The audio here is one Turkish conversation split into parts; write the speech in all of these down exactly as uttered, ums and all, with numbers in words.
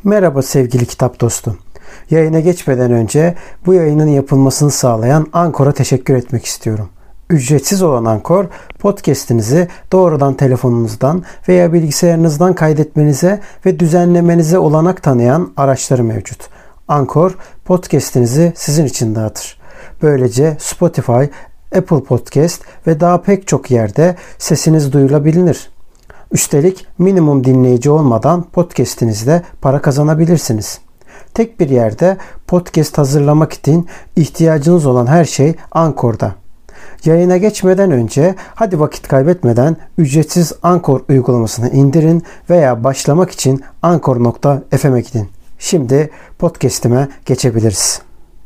Merhaba sevgili kitap dostum. Yayına geçmeden önce bu yayının yapılmasını sağlayan Ankor'a teşekkür etmek istiyorum. Ücretsiz olan Ankor, podcast'inizi doğrudan telefonunuzdan veya bilgisayarınızdan kaydetmenize ve düzenlemenize olanak tanıyan araçları mevcut. Ankor, podcast'inizi sizin için dağıtır. Böylece Spotify, Apple Podcast ve daha pek çok yerde sesiniz duyulabilir. Üstelik minimum dinleyici olmadan podcast'inizde para kazanabilirsiniz. Tek bir yerde podcast hazırlamak için ihtiyacınız olan her şey Ankor'da. Yayına geçmeden önce hadi vakit kaybetmeden ücretsiz Ankor uygulamasını indirin veya başlamak için ankor nokta f m'e gidin. Şimdi podcast'ime geçebiliriz.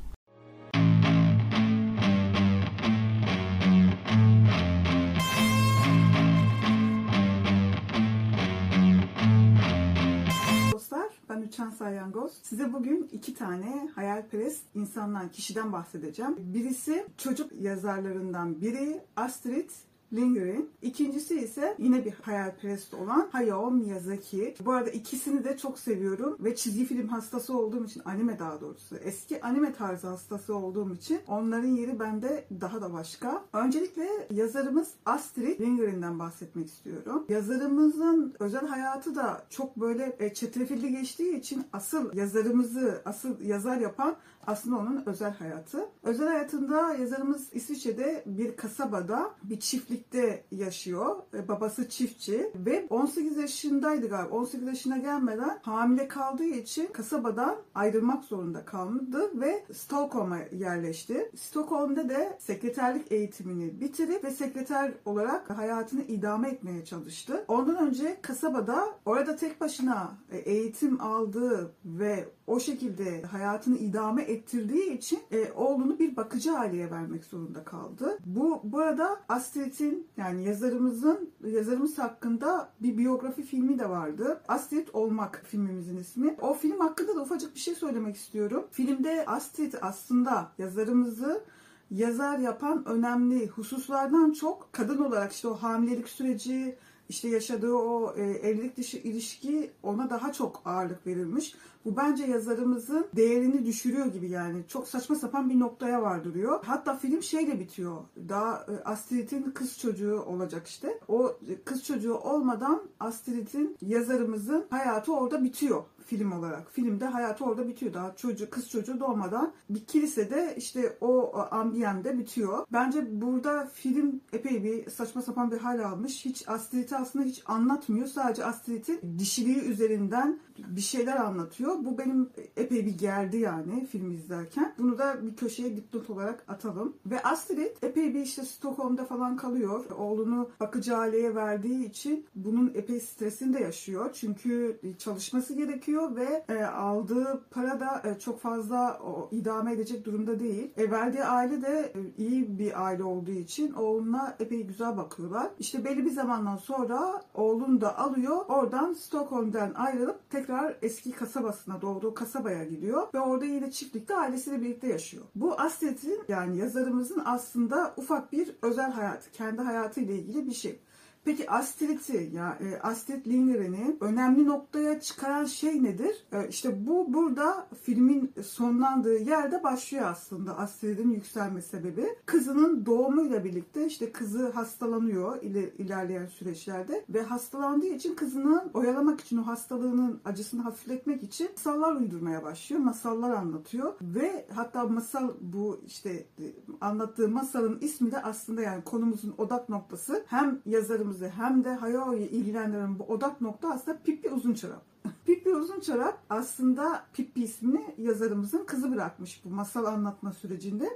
Ben Uçan Salyangoz. Size bugün iki tane hayalperest insandan, kişiden bahsedeceğim. Birisi çocuk yazarlarından biri Astrid Lindgren. İkincisi ise yine bir hayalperest olan Hayao Miyazaki. Bu arada ikisini de çok seviyorum ve çizgi film hastası olduğum için, anime daha doğrusu, eski anime tarzı hastası olduğum için onların yeri bende daha da başka. Öncelikle yazarımız Astrid Lindgren'den bahsetmek istiyorum. Yazarımızın özel hayatı da çok böyle çetrefilli geçtiği için asıl yazarımızı, asıl yazar yapan aslında onun özel hayatı. Özel hayatında yazarımız İsviçre'de bir kasabada bir çiftlikte yaşıyor. Babası çiftçi ve on sekiz yaşındaydı galiba. on sekiz yaşına gelmeden hamile kaldığı için kasabadan ayrılmak zorunda kaldı ve Stockholm'a yerleşti. Stockholm'da da sekreterlik eğitimini bitirip ve sekreter olarak hayatını idame etmeye çalıştı. Ondan önce kasabada orada tek başına eğitim aldığı ve o şekilde hayatını idame ettirdiği için e, oğlunu bir bakıcı aileye vermek zorunda kaldı. Bu burada Astrid'in, yani yazarımızın yazarımız hakkında bir biyografi filmi de vardı. Astrid Olmak filmimizin ismi. O film hakkında da ufacık bir şey söylemek istiyorum. Filmde Astrid aslında yazarımızı yazar yapan önemli hususlardan çok kadın olarak işte o hamilelik süreci, İşte yaşadığı o e, evlilik dışı ilişki ona daha çok ağırlık verilmiş. Bu bence yazarımızın değerini düşürüyor gibi, yani. Çok saçma sapan bir noktaya vardırıyor. Hatta film şeyle bitiyor. Daha e, Astrid'in kız çocuğu olacak işte. O e, kız çocuğu olmadan Astrid'in, yazarımızın hayatı orada bitiyor. Film olarak. Filmde hayatı orada bitiyor. Daha çocuk, kız çocuğu doğmadan bir kilisede işte o ambiyende bitiyor. Bence burada film epey bir saçma sapan bir hal almış. Hiç Astrid'i aslında hiç anlatmıyor. Sadece Astrid'in dişiliği üzerinden bir şeyler anlatıyor. Bu benim epey bir gerdi yani film izlerken. Bunu da bir köşeye dipnot olarak atalım. Ve Astrid epey bir işte Stockholm'da falan kalıyor. Oğlunu bakıcı aileye verdiği için bunun epey stresini de yaşıyor. Çünkü çalışması gerekiyor ve e, aldığı para da e, çok fazla o, idame edecek durumda değil. E, verdiği aile de e, iyi bir aile olduğu için oğluna epey güzel bakıyorlar. İşte belli bir zamandan sonra oğlunu da alıyor. Oradan Stockholm'dan ayrılıp tekrar eski kasabasına, doğduğu kasabaya gidiyor ve orada yine çiftlikte ailesiyle birlikte yaşıyor. Bu Astrid'in, yani yazarımızın aslında ufak bir özel hayatı, kendi hayatıyla ilgili bir şey. Peki Astrid'i, ya e, Astrid Lindgren'i önemli noktaya çıkaran şey nedir? E, işte bu burada filmin sonlandığı yerde başlıyor aslında Astrid'in yükselme sebebi. Kızının doğumuyla birlikte işte kızı hastalanıyor iler, ilerleyen süreçlerde ve hastalandığı için kızını oyalamak için, o hastalığının acısını hafifletmek için masallar uydurmaya başlıyor. Masallar anlatıyor ve hatta masal, bu işte anlattığı masalın ismi de aslında, yani konumuzun odak noktası, hem yazarımız hem de Hayao'yu ilgilendiren bu odak nokta aslında Pippi Uzunçorap. Pippi Uzunçorap aslında Pippi ismini yazarımızın kızı bırakmış bu masal anlatma sürecinde.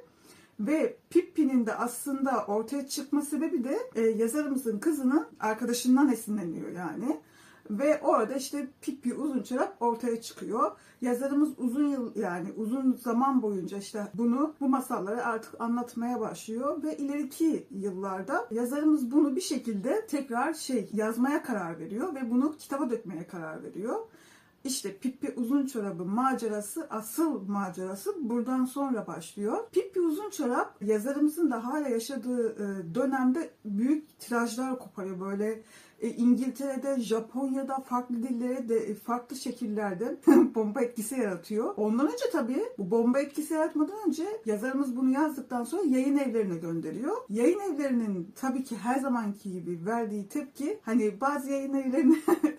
Ve Pippi'nin de aslında ortaya çıkma sebebi de e, yazarımızın kızının arkadaşından esinleniyor yani. Ve orada işte Pippi Uzunçorap ortaya çıkıyor. Yazarımız uzun yıl, yani uzun zaman boyunca işte bunu, bu masalları artık anlatmaya başlıyor ve ileriki yıllarda yazarımız bunu bir şekilde tekrar şey yazmaya karar veriyor ve bunu kitaba dökmeye karar veriyor. İşte Pippi Uzunçorap'ın macerası, asıl macerası buradan sonra başlıyor. Pippi Uzunçorap yazarımızın da hala yaşadığı dönemde büyük tirajlar koparıyor. Böyle E, İngiltere'de, Japonya'da farklı dillere de farklı şekillerde bomba etkisi yaratıyor. Ondan önce tabii bu bomba etkisi yaratmadan önce yazarımız bunu yazdıktan sonra yayın evlerine gönderiyor. Yayın evlerinin tabii ki her zamanki gibi verdiği tepki, hani bazı yayın evlerini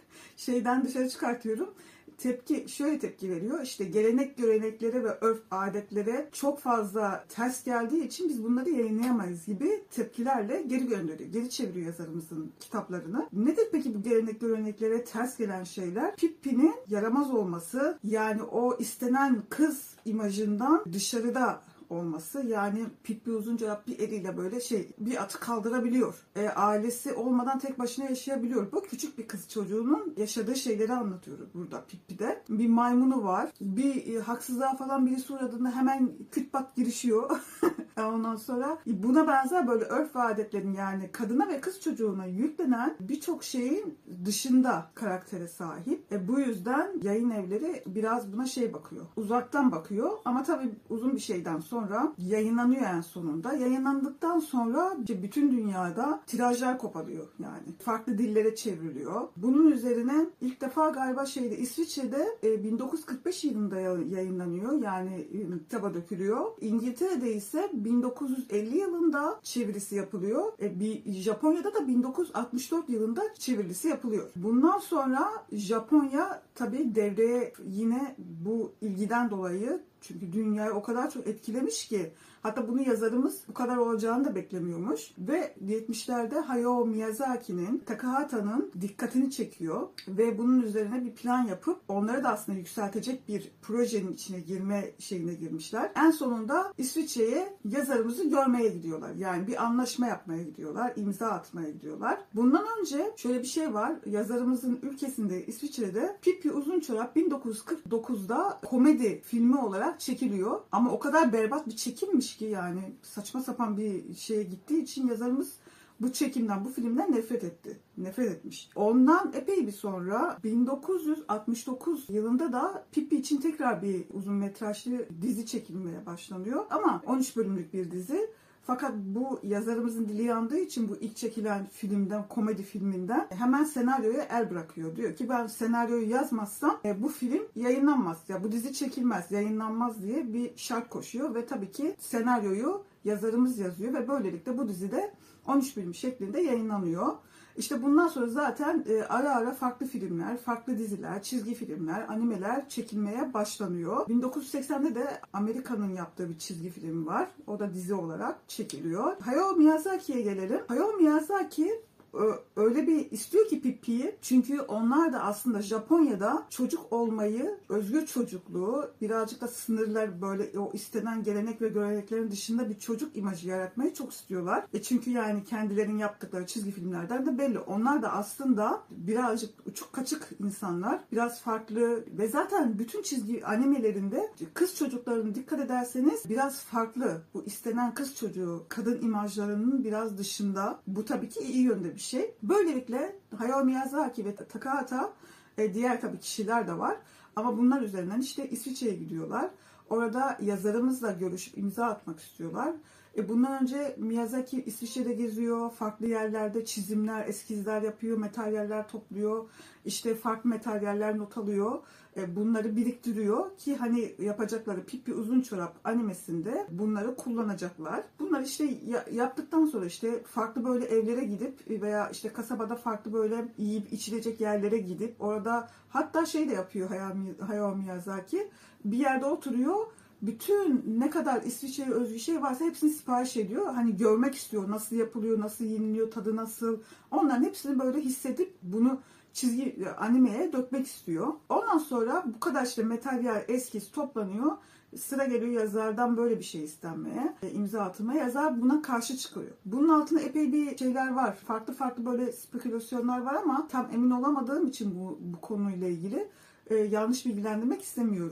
şeyden dışarı çıkartıyorum. Tepki şöyle tepki veriyor. İşte gelenek göreneklere ve örf adetlere çok fazla ters geldiği için biz bunları yayınlayamayız gibi tepkilerle geri gönderiyor. Geri çeviriyor yazarımızın kitaplarını. Nedir peki bu gelenek göreneklere ters gelen şeyler? Pippi'nin yaramaz olması, yani o istenen kız imajından dışarıda olması, yani Pippi Uzunçorap bir eliyle böyle şey bir atı kaldırabiliyor. E, ailesi olmadan tek başına yaşayabiliyor. Bu küçük bir kız çocuğunun yaşadığı şeyleri anlatıyoruz burada Pippi'de. Bir maymunu var. Bir e, haksızlığa falan birisi uğradığında hemen kütbat girişiyor. Ondan sonra buna benzer böyle örf ve adetlerin, yani kadına ve kız çocuğuna yüklenen birçok şeyin dışında karaktere sahip. E, bu yüzden yayın evleri biraz buna şey bakıyor. Uzaktan bakıyor ama tabii uzun bir şeyden sonra sonra yayınlanıyor en sonunda. Yayınlandıktan sonra bütün dünyada tirajlar koparıyor yani. Farklı dillere çevriliyor. Bunun üzerine ilk defa galiba şeyde İsviçre'de bin dokuz yüz kırk beş yılında yayınlanıyor. Yani kitaba dökülüyor. İngiltere'de ise bin dokuz yüz elli yılında çevirisi yapılıyor. Bir Japonya'da da bin dokuz yüz altmış dört yılında çevirisi yapılıyor. Bundan sonra Japonya tabii devreye yine bu ilgiden dolayı, çünkü dünyayı o kadar çok etkilemiş ki, hatta bunu yazarımız bu kadar olacağını da beklemiyormuş. Ve yetmişlerde Hayao Miyazaki'nin, Takahata'nın dikkatini çekiyor. Ve bunun üzerine bir plan yapıp onları da aslında yükseltecek bir projenin içine girme şeyine girmişler. En sonunda İsviçre'ye yazarımızı görmeye gidiyorlar. Yani bir anlaşma yapmaya gidiyorlar, imza atmaya gidiyorlar. Bundan önce şöyle bir şey var. Yazarımızın ülkesinde, İsviçre'de Pippi Uzunçorap bin dokuz yüz kırk dokuzda komedi filmi olarak çekiliyor. Ama o kadar berbat bir çekimmiş ki, yani saçma sapan bir şeye gittiği için yazarımız bu çekimden, bu filmden nefret etti. Nefret etmiş. Ondan epey bir sonra bin dokuz yüz altmış dokuz yılında da Pippi için tekrar bir uzun metrajlı dizi çekilmeye başlanıyor. Ama on üç bölümlük bir dizi. Fakat bu yazarımızın dili yandığı için bu ilk çekilen filmden, komedi filminden hemen senaryoya el bırakıyor. Diyor ki ben senaryoyu yazmazsam e, bu film yayınlanmaz. Ya bu dizi çekilmez, yayınlanmaz diye bir şart koşuyor ve tabii ki senaryoyu yazarımız yazıyor ve böylelikle bu dizide on üç bölüm şeklinde yayınlanıyor. İşte bundan sonra zaten e, ara ara farklı filmler, farklı diziler, çizgi filmler, animeler çekilmeye başlanıyor. bin dokuz yüz seksende de Amerika'nın yaptığı bir çizgi film var. O da dizi olarak çekiliyor. Hayao Miyazaki'ye gelelim. Hayao Miyazaki öyle bir istiyor ki Pippi'yi. Çünkü onlar da aslında Japonya'da çocuk olmayı, özgür çocukluğu, birazcık da sınırlar, böyle o istenen gelenek ve göreneklerin dışında bir çocuk imajı yaratmayı çok istiyorlar. E çünkü yani kendilerinin yaptıkları çizgi filmlerden de belli. Onlar da aslında birazcık uçuk kaçık insanlar. Biraz farklı ve zaten bütün çizgi animelerinde kız çocuklarına dikkat ederseniz biraz farklı. Bu istenen kız çocuğu, kadın imajlarının biraz dışında. Bu tabii ki iyi yönde bir şey. Böylelikle Hayao Miyazaki ve Takahata, e, diğer tabii kişiler de var. Ama bunlar üzerinden işte İsviçre'ye gidiyorlar. Orada yazarımızla görüşüp imza atmak istiyorlar. E bundan önce Miyazaki İsviçre'de geziyor, farklı yerlerde çizimler, eskizler yapıyor, materyaller topluyor, işte farklı materyaller not alıyor, e bunları biriktiriyor ki hani yapacakları Pippi Uzunçorap animesinde bunları kullanacaklar. Bunlar işte yaptıktan sonra işte farklı böyle evlere gidip veya işte kasabada farklı böyle yiyip içilecek yerlere gidip orada hatta şey de yapıyor Hayao Miyazaki, bir yerde oturuyor. Bütün ne kadar İsviçre'ye özgü şey varsa hepsini sipariş ediyor. Hani görmek istiyor. Nasıl yapılıyor, nasıl yeniliyor, tadı nasıl. Onların hepsini böyle hissedip bunu çizgi animeye dökmek istiyor. Ondan sonra bu kadar işte materyal, eskiz toplanıyor. Sıra geliyor yazardan böyle bir şey istenmeye, imza atılmaya. Yazar buna karşı çıkıyor. Bunun altında epey bir şeyler var. Farklı farklı böyle spekülasyonlar var ama tam emin olamadığım için bu, bu konuyla ilgili e, yanlış bilgilendirmek istemiyorum.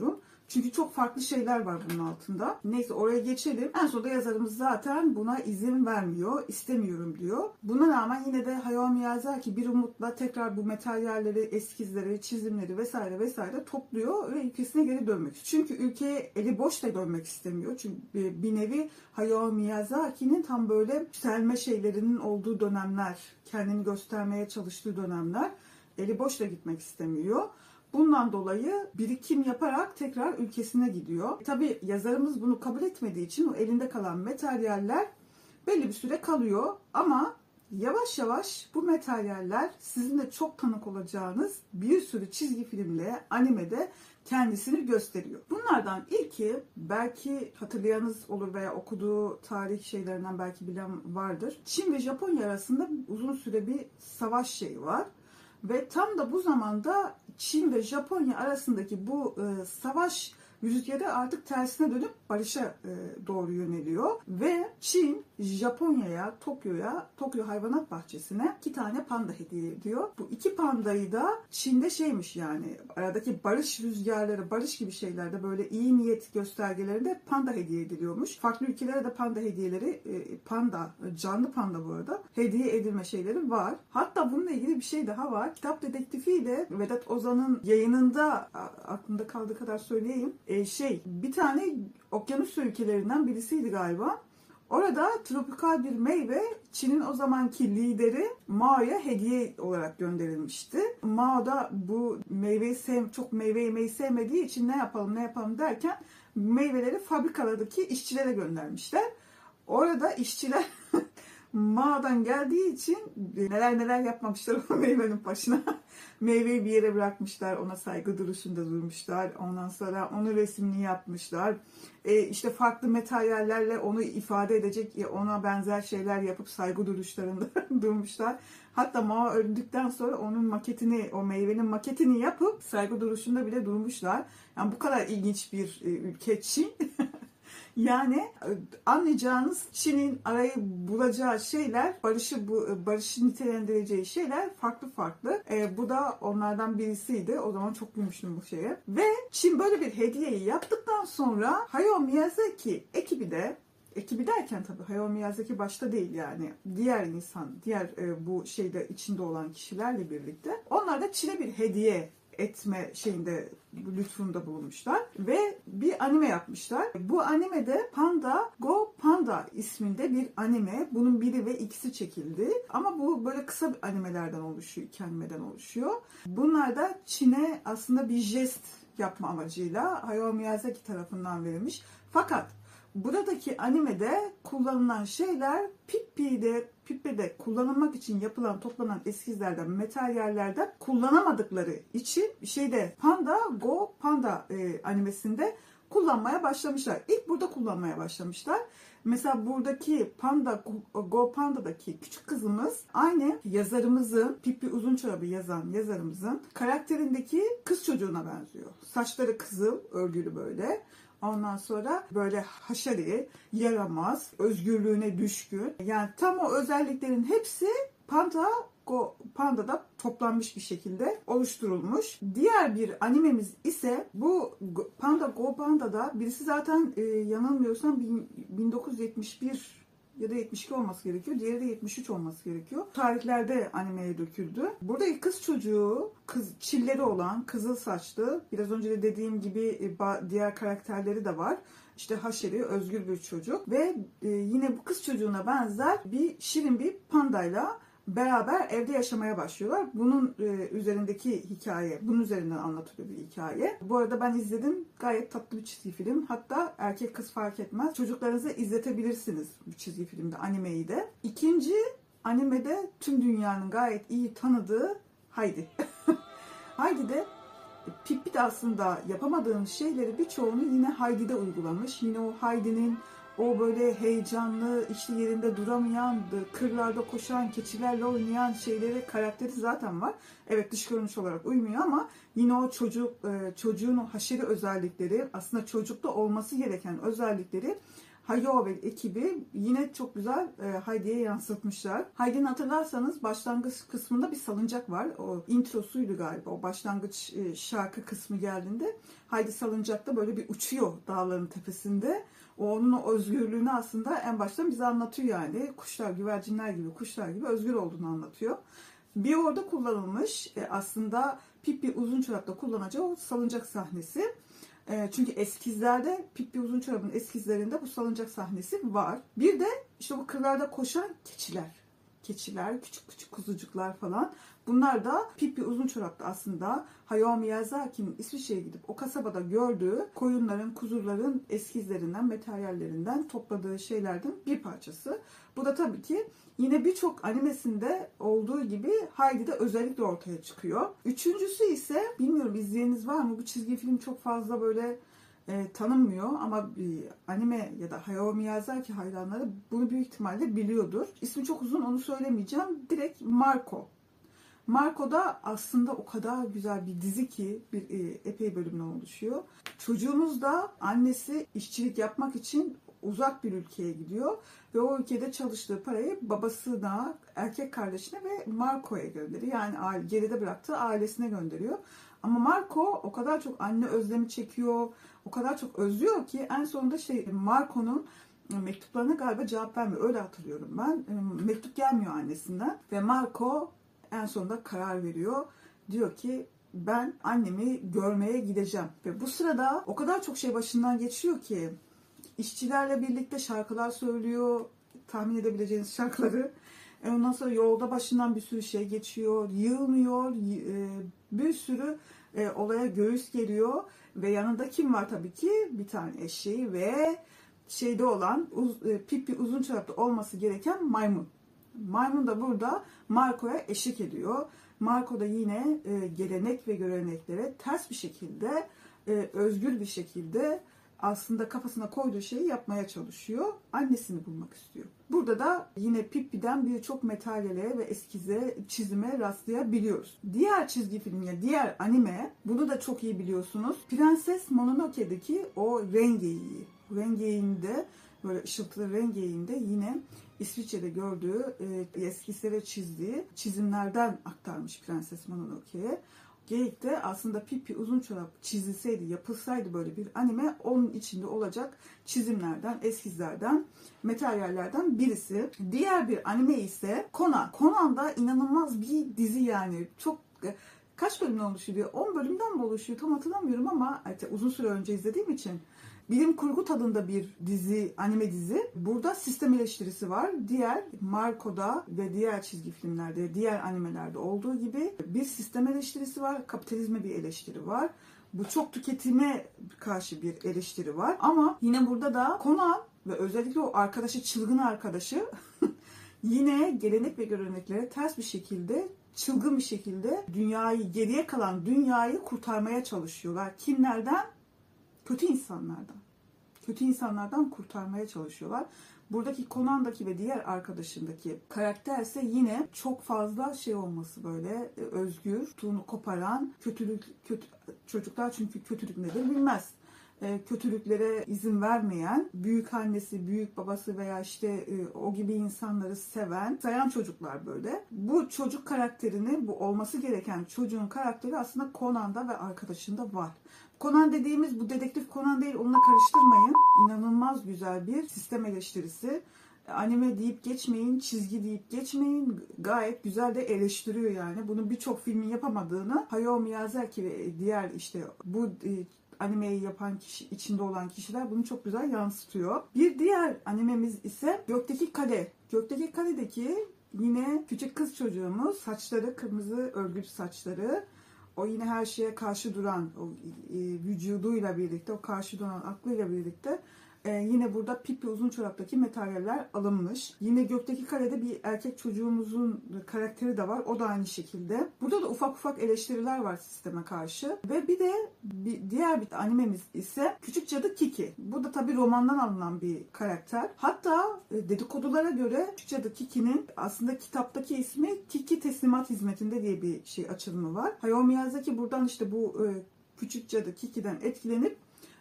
Çünkü çok farklı şeyler var bunun altında. Neyse oraya geçelim. En sonunda yazarımız zaten buna izin vermiyor. İstemiyorum diyor. Buna rağmen yine de Hayao Miyazaki bir umutla tekrar bu materyalleri, eskizleri, çizimleri vesaire vesaire topluyor ve ülkesine geri dönmek istiyor. Çünkü ülkeye eli boş da dönmek istemiyor. Çünkü bir nevi Hayao Miyazaki'nin tam böyle yükselme şeylerinin olduğu dönemler, kendini göstermeye çalıştığı dönemler. Eli boş da gitmek istemiyor. Bundan dolayı birikim yaparak tekrar ülkesine gidiyor. Tabii yazarımız bunu kabul etmediği için o elinde kalan materyaller belli bir süre kalıyor. Ama yavaş yavaş bu materyaller sizin de çok tanık olacağınız bir sürü çizgi filmle, animede kendisini gösteriyor. Bunlardan ilki, belki hatırlayanınız olur veya okuduğu tarih şeylerinden belki bilen vardır. Çin ve Japonya arasında uzun süre bir savaş şeyi var. Ve tam da bu zamanda Çin ve Japonya arasındaki bu e, savaş rüzgarı artık tersine dönüp barışa e, doğru yöneliyor. Ve Çin, Japonya'ya, Tokyo'ya, Tokyo Hayvanat Bahçesi'ne iki tane panda hediye ediyor. Bu iki pandayı da Çin'de şeymiş, yani aradaki barış rüzgarları, barış gibi şeylerde, böyle iyi niyet göstergelerinde panda hediye ediliyormuş. Farklı ülkelere de panda hediyeleri, e, panda, canlı panda bu arada, hediye edilme şeyleri var. Hatta bununla ilgili bir şey daha var. Kitap Dedektifi ile Vedat Ozan'ın yayınında, aklımda kaldığı kadar söyleyeyim, e, şey bir tane okyanus ülkelerinden birisiydi galiba. Orada tropikal bir meyve Çin'in o zamanki lideri Mao'ya hediye olarak gönderilmişti. Mao da bu meyveyi sev, çok meyve yemeyi sevmediği için ne yapalım ne yapalım derken meyveleri fabrikalardaki işçilere göndermişler. Orada işçiler Mao'dan geldiği için neler neler yapmamışlar o meyvenin başına. Meyveyi bir yere bırakmışlar, ona saygı duruşunda durmuşlar. Ondan sonra onun resmini yapmışlar. E işte farklı materyallerle onu ifade edecek, ona benzer şeyler yapıp saygı duruşlarında durmuşlar. Hatta Mao öldükten sonra onun maketini, o meyvenin maketini yapıp saygı duruşunda bile durmuşlar. Yani bu kadar ilginç bir ülke Çin. Yani anlayacağınız Çin'in arayı bulacağı şeyler, barışı bu barışı nitelendireceği şeyler farklı farklı. E, bu da onlardan birisiydi. O zaman çok gülmüştüm bu şeye. Ve Çin böyle bir hediyeyi yaptıktan sonra Hayao Miyazaki ekibi de, ekibi derken tabii Hayao Miyazaki başta değil, yani diğer insan, diğer e, bu şeyde içinde olan kişilerle birlikte onlar da Çin'e bir hediye etme şeyinde, lütfunda bulunmuşlar ve bir anime yapmışlar. Bu animede Panda Go Panda isminde bir anime. Bunun biri ve ikisi çekildi. Ama bu böyle kısa animelerden oluşuyor, iki animeden oluşuyor. Bunlar da Çin'e aslında bir jest yapma amacıyla Hayao Miyazaki tarafından verilmiş. Fakat buradaki animede kullanılan şeyler Pippi'de, Pippi'de kullanılmak için yapılan, toplanan eskizlerden, materyallerden kullanamadıkları için şeyde Panda Go Panda e, animesinde kullanmaya başlamışlar. İlk burada kullanmaya başlamışlar. Mesela buradaki Panda Go Panda'daki küçük kızımız aynı yazarımızın, Pippi Uzunçorab'ı yazan yazarımızın karakterindeki kız çocuğuna benziyor. Saçları kızıl, örgülü böyle. Ondan sonra böyle haşeri, yaramaz, özgürlüğüne düşkün. Yani tam o özelliklerin hepsi Panda Go Panda'da toplanmış bir şekilde oluşturulmuş. Diğer bir animemiz ise bu Panda Go Panda'da, birisi zaten e, yanılmıyorsam bin dokuz yüz yetmiş bir ya da yetmiş iki olması gerekiyor. Diğeri de yetmiş üç olması gerekiyor. Tarihlerde animeye döküldü. Burada kız çocuğu, kız çilleri olan, kızıl saçlı, biraz önce de dediğim gibi diğer karakterleri de var. İşte haşeri, özgür bir çocuk ve yine bu kız çocuğuna benzer bir şirin bir pandayla beraber evde yaşamaya başlıyorlar. Bunun e, üzerindeki hikaye, bunun üzerinden anlatılıyor bir hikaye. Bu arada ben izledim. Gayet tatlı bir çizgi film. Hatta erkek kız fark etmez. Çocuklarınıza izletebilirsiniz bu çizgi filmde, animeyi de. İkinci animede tüm dünyanın gayet iyi tanıdığı Heidi. Heidi de Pippi de aslında yapamadığımız şeyleri birçoğunu yine Heidi'de uygulamış. Yine o Heidi'nin o böyle heyecanlı, işte yerinde duramayan, kırlarda koşan, keçilerle oynayan şeyleri, karakteri zaten var. Evet, dış görünüş olarak uymuyor ama yine o çocuk çocuğun o haşeri özellikleri, aslında çocukta olması gereken özellikleri Hayao ve ekibi yine çok güzel e, Heidi'ye yansıtmışlar. Heidi'nin hatırlarsanız başlangıç kısmında bir salıncak var. O introsuydu galiba. O başlangıç e, şarkı kısmı geldiğinde Heidi salıncakta böyle bir uçuyor dağların tepesinde. O onun o özgürlüğünü aslında en baştan bize anlatıyor yani. Kuşlar, güvercinler gibi, kuşlar gibi özgür olduğunu anlatıyor. Bir orada kullanılmış e, aslında Pippi Uzunçorap'ta kullanacağı o salıncak sahnesi. E, çünkü eskizlerde, Pippi Uzunçorap'ın eskizlerinde bu salıncak sahnesi var. Bir de işte bu kırlarda koşan keçiler. Keçiler, küçük küçük kuzucuklar falan. Bunlar da Pippi Uzunçorap'ta aslında Hayao Miyazaki'nin İsviçre'ye gidip o kasabada gördüğü koyunların, kuzuların eskizlerinden, materyallerinden topladığı şeylerden bir parçası. Bu da tabii ki yine birçok animesinde olduğu gibi Heidi'de özellikle ortaya çıkıyor. Üçüncüsü ise, bilmiyorum izleyeniniz var mı? Bu çizgi film çok fazla böyle e, tanınmıyor ama bir anime ya da Hayao Miyazaki hayranları bunu büyük ihtimalle biliyordur. İsmi çok uzun, onu söylemeyeceğim. Direkt Marco. Marco da aslında o kadar güzel bir dizi ki bir e, epey bölümden oluşuyor. Çocuğumuz da annesi işçilik yapmak için uzak bir ülkeye gidiyor ve o ülkede çalıştığı parayı babasına, erkek kardeşine ve Marco'ya gönderiyor. Yani aile, geride bıraktığı ailesine gönderiyor. Ama Marco o kadar çok anne özlemi çekiyor, o kadar çok özlüyor ki en sonunda şey Marco'nun mektuplarına galiba cevap vermiyor. Öyle hatırlıyorum ben. Mektup gelmiyor annesinden ve Marco en sonunda karar veriyor. Diyor ki ben annemi görmeye gideceğim. Ve bu sırada o kadar çok şey başından geçiyor ki işçilerle birlikte şarkılar söylüyor. Tahmin edebileceğiniz şarkıları. Ondan sonra yolda başından bir sürü şey geçiyor. Yığılmıyor. Bir sürü olaya göğüs geliyor. Ve yanında kim var tabii ki? Bir tane eşeği ve şeyde olan Pippi Uzunçorap'ta olması gereken maymun. Maymun da burada Marco'ya eşlik ediyor. Marco da yine e, gelenek ve göreneklere ters bir şekilde, e, özgür bir şekilde aslında kafasına koyduğu şeyi yapmaya çalışıyor. Annesini bulmak istiyor. Burada da yine Pippi'den birçok materyale ve eskize, çizime rastlayabiliyoruz. Diğer çizgi film ya diğer anime, bunu da çok iyi biliyorsunuz. Prenses Mononoke'deki o rengeyi, rengeyiğinde böyle ışıltılı rengeyiğinde yine İsviçre'de gördüğü e, eskizlere çizdiği çizimlerden aktarmış Prenses Mononoke'ye. Geyik'te aslında Pippi Uzunçorap çizilseydi, yapılsaydı böyle bir anime onun içinde olacak çizimlerden, eskizlerden, materyallerden birisi. Diğer bir anime ise Conan. Conan da inanılmaz bir dizi yani. Çok kaç bölümden oluşuyor? on bölümden mi oluşuyor? Tam hatırlamıyorum ama uzun süre önce izlediğim için. Bilim kurgu tadında bir dizi, anime dizi. Burada sistem eleştirisi var. Diğer Marco'da ve diğer çizgi filmlerde, diğer animelerde olduğu gibi bir sistem eleştirisi var. Kapitalizme bir eleştiri var. Bu çok tüketime karşı bir eleştiri var. Ama yine burada da Conan ve özellikle o arkadaşı, çılgın arkadaşı yine gelenek ve göreneklere ters bir şekilde, çılgın bir şekilde dünyayı, geriye kalan dünyayı kurtarmaya çalışıyorlar. Kimlerden? Kötü insanlardan. Kötü insanlardan kurtarmaya çalışıyorlar. Buradaki Conan'daki ve diğer arkadaşındaki karakter ise yine çok fazla şey olması böyle özgür, tuğunu koparan, kötülük, kötü, çocuklar çünkü kötülük nedir bilmez. Kötülüklere izin vermeyen, büyük annesi, büyük babası veya işte o gibi insanları seven, sayan çocuklar böyle. Bu çocuk karakterini, bu olması gereken çocuğun karakteri aslında Conan'da ve arkadaşında var. Conan dediğimiz bu dedektif Conan değil, onunla karıştırmayın. İnanılmaz güzel bir sistem eleştirisi. Anime deyip geçmeyin, çizgi deyip geçmeyin. Gayet güzel de eleştiriyor yani. Bunu birçok filmin yapamadığını Hayao Miyazaki ve diğer işte bu animeyi yapan kişi, içinde olan kişiler bunu çok güzel yansıtıyor. Bir diğer animemiz ise Gökteki Kale. Gökteki Kale'deki yine küçük kız çocuğumuz, saçları kırmızı örgülü saçları. O yine her şeye karşı duran, o e, vücuduyla birlikte, o karşı duran aklıyla birlikte e, yine burada Pippi Uzunçorap'taki materyaller alınmış. Yine Gökteki Kale'de bir erkek çocuğumuzun karakteri de var. O da aynı şekilde. Burada da ufak ufak eleştiriler var sisteme karşı. Ve bir de bir, diğer bir animemiz ise Küçük Cadı Kiki. Bu da tabii romandan alınan bir karakter. Hatta e, dedikodulara göre Küçük Cadı Kiki'nin aslında kitaptaki ismi Kiki Teslimat Hizmetinde diye bir şey açılımı var. Hayao Miyazaki buradan işte bu e, Küçük Cadı Kiki'den etkilenip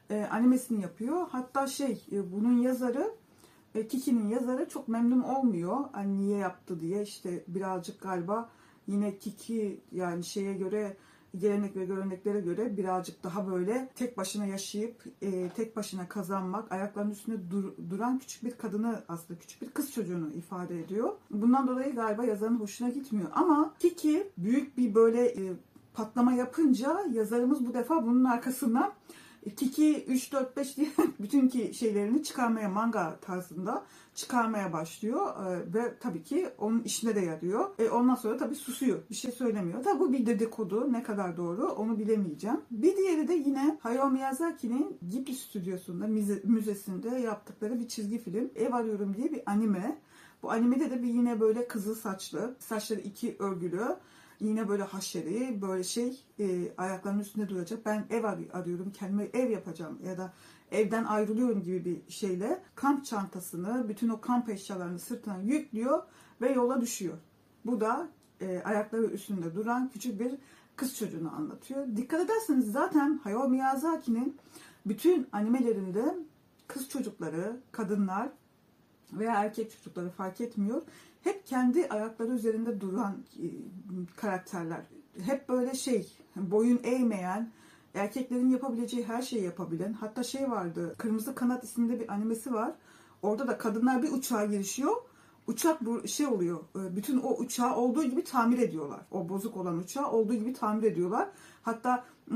e, animesini yapıyor. Hatta şey e, bunun yazarı e, Kiki'nin yazarı çok memnun olmuyor. Hani niye yaptı diye, işte birazcık galiba yine Kiki yani şeye göre, gelenek ve göreneklere göre birazcık daha böyle tek başına yaşayıp e, tek başına kazanmak, ayaklarının üstünde dur, duran küçük bir kadını, aslında küçük bir kız çocuğunu ifade ediyor. Bundan dolayı galiba yazarın hoşuna gitmiyor. Ama Kiki büyük bir böyle e, patlama yapınca yazarımız bu defa bunun arkasından Kiki üç dört beş diye bütün ki şeylerini çıkarmaya, manga tarzında çıkarmaya başlıyor ee, ve tabii ki onun işine de yarıyor. E, ondan sonra tabii susuyor, bir şey söylemiyor. Tabii bu bir dedikodu, ne kadar doğru onu bilemeyeceğim. Bir diğeri de yine Hayao Miyazaki'nin Ghibli stüdyosunda, müze, müzesinde yaptıkları bir çizgi film, Ev Arıyorum diye bir anime. Bu animede de bir yine böyle kızıl saçlı, saçları iki örgülü, yine böyle haşeri, böyle şey e, ayaklarının üstünde duracak. Ben ev arıyorum, kendime ev yapacağım ya da evden ayrılıyorum gibi bir şeyle kamp çantasını, bütün o kamp eşyalarını sırtına yüklüyor ve yola düşüyor. Bu da e, ayakları üstünde duran küçük bir kız çocuğunu anlatıyor. Dikkat ederseniz zaten Hayao Miyazaki'nin bütün animelerinde kız çocukları, kadınlar veya erkek çocukları fark etmiyor, hep kendi ayakları üzerinde duran e, karakterler. Hep böyle şey, boyun eğmeyen, erkeklerin yapabileceği her şeyi yapabilen. Hatta şey vardı, Kırmızı Kanat isminde bir animesi var. Orada da kadınlar bir uçağa girişiyor. Uçak bu şey oluyor, bütün o uçağı olduğu gibi tamir ediyorlar. O bozuk olan uçağı olduğu gibi tamir ediyorlar. Hatta e,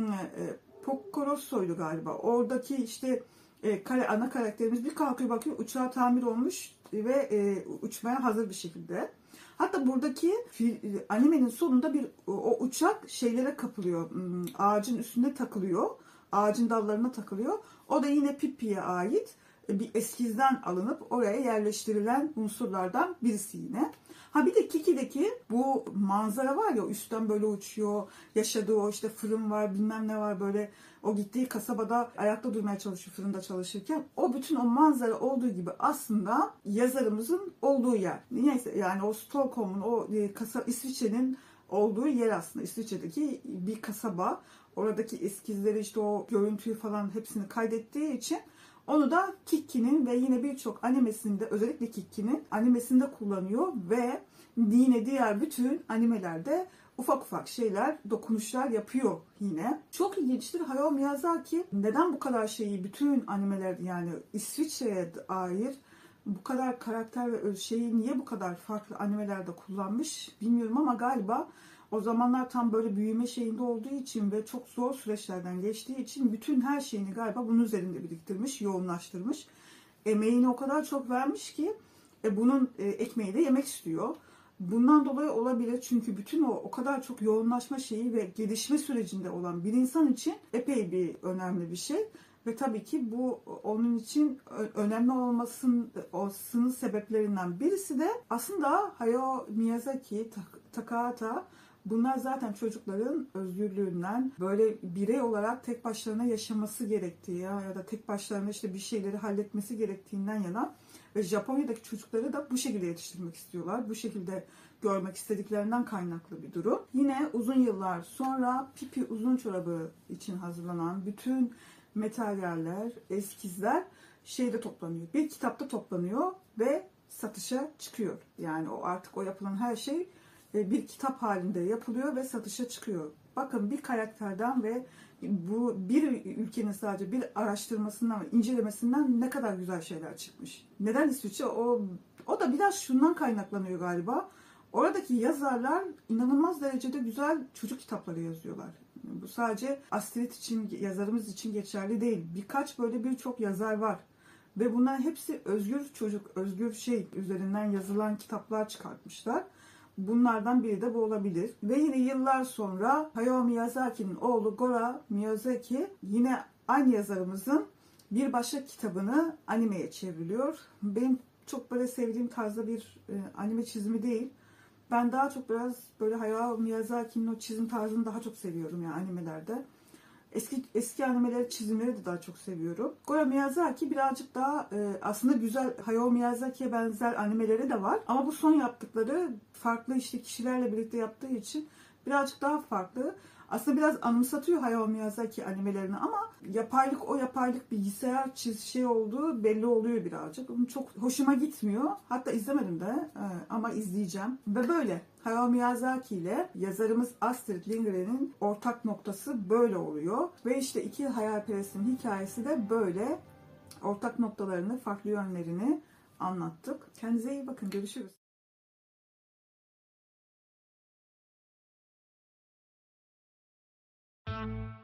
Pocoroso'ydu galiba. Oradaki işte e, kare, ana karakterimiz bir kalkıyor, bakıyor uçağı tamir olmuş ve e, uçmaya hazır bir şekilde. Hatta buradaki animenin sonunda bir o uçak şeylere kapılıyor. Ağacın üstünde takılıyor. Ağacın dallarına takılıyor. O da yine Pippi'ye ait bir eskizden alınıp oraya yerleştirilen unsurlardan birisi yine. Ha bir de Kiki'deki bu manzara var ya, üstten böyle uçuyor. Yaşadığı o işte fırın var, bilmem ne var, böyle o gittiği kasabada ayakta durmaya çalışıyor fırında çalışırken. O bütün o manzara olduğu gibi aslında yazarımızın olduğu yer. Neyse yani o Stockholm'un, o kasaba, İsviçre'nin olduğu yer aslında. İsviçre'deki bir kasaba. Oradaki eskizleri, işte o görüntüyü falan hepsini kaydettiği için onu da Kiki'nin ve yine birçok animesinde, özellikle Kiki'nin animesinde kullanıyor ve yine diğer bütün animelerde ufak ufak şeyler, dokunuşlar yapıyor yine. Çok ilginçtir. Hayao Miyazaki neden bu kadar şeyi bütün animeler, yani İsviçre'ye ait bu kadar karakter ve şeyi niye bu kadar farklı animelerde kullanmış bilmiyorum ama galiba o zamanlar tam böyle büyüme şeyinde olduğu için ve çok zor süreçlerden geçtiği için bütün her şeyini galiba bunun üzerinde biriktirmiş, yoğunlaştırmış. Emeğini o kadar çok vermiş ki e, bunun e, ekmeği de yemek istiyor. Bundan dolayı olabilir, çünkü bütün o o kadar çok yoğunlaşma şeyi ve gelişme sürecinde olan bir insan için epey bir önemli bir şey. Ve tabii ki bu onun için önemli olmasının sebeplerinden birisi de aslında Hayao Miyazaki, Takahata, bunlar zaten çocukların özgürlüğünden, böyle birey olarak tek başlarına yaşaması gerektiği ya, ya da tek başlarına işte bir şeyleri halletmesi gerektiğinden yana ve Japonya'daki çocukları da bu şekilde yetiştirmek istiyorlar. Bu şekilde görmek istediklerinden kaynaklı bir durum. Yine uzun yıllar sonra Pippi Uzun Çorabı için hazırlanan bütün materyaller, eskizler şeyde toplanıyor. Bir kitapta toplanıyor ve satışa çıkıyor. Yani o artık o yapılan her şey bir kitap halinde yapılıyor ve satışa çıkıyor. Bakın bir karakterden ve bu bir ülkenin sadece bir araştırmasından ve incelemesinden ne kadar güzel şeyler çıkmış. Neden İsviçre? O, o da biraz şundan kaynaklanıyor galiba. Oradaki yazarlar inanılmaz derecede güzel çocuk kitapları yazıyorlar. Bu sadece Astrid için, yazarımız için geçerli değil. Birkaç böyle birçok yazar var. Ve bunlar hepsi özgür çocuk, özgür şey üzerinden yazılan kitaplar çıkartmışlar. Bunlardan biri de bu olabilir. Ve yine yıllar sonra Hayao Miyazaki'nin oğlu Goro Miyazaki yine aynı yazarımızın bir başka kitabını animeye çevriliyor. Benim çok böyle sevdiğim tarzda bir e, anime çizimi değil. Ben daha çok biraz böyle Hayao Miyazaki'nin o çizim tarzını daha çok seviyorum yani animelerde. Eski eski animeleri, çizimleri de daha çok seviyorum. Goro Miyazaki birazcık daha e, aslında güzel, Hayao Miyazaki'ye benzer animeleri de var. Ama bu son yaptıkları farklı işte kişilerle birlikte yaptığı için birazcık daha farklı. Aslında biraz anımsatıyor Hayao Miyazaki animelerini ama yapaylık o yapaylık bilgisayar çiz şey olduğu belli oluyor birazcık. Çok hoşuma gitmiyor. Hatta izlemedim de ama izleyeceğim. Ve böyle Hayao Miyazaki ile yazarımız Astrid Lindgren'in ortak noktası böyle oluyor. Ve işte iki hayalperestin hikayesi de böyle. Ortak noktalarını, farklı yönlerini anlattık. Kendinize iyi bakın. Görüşürüz.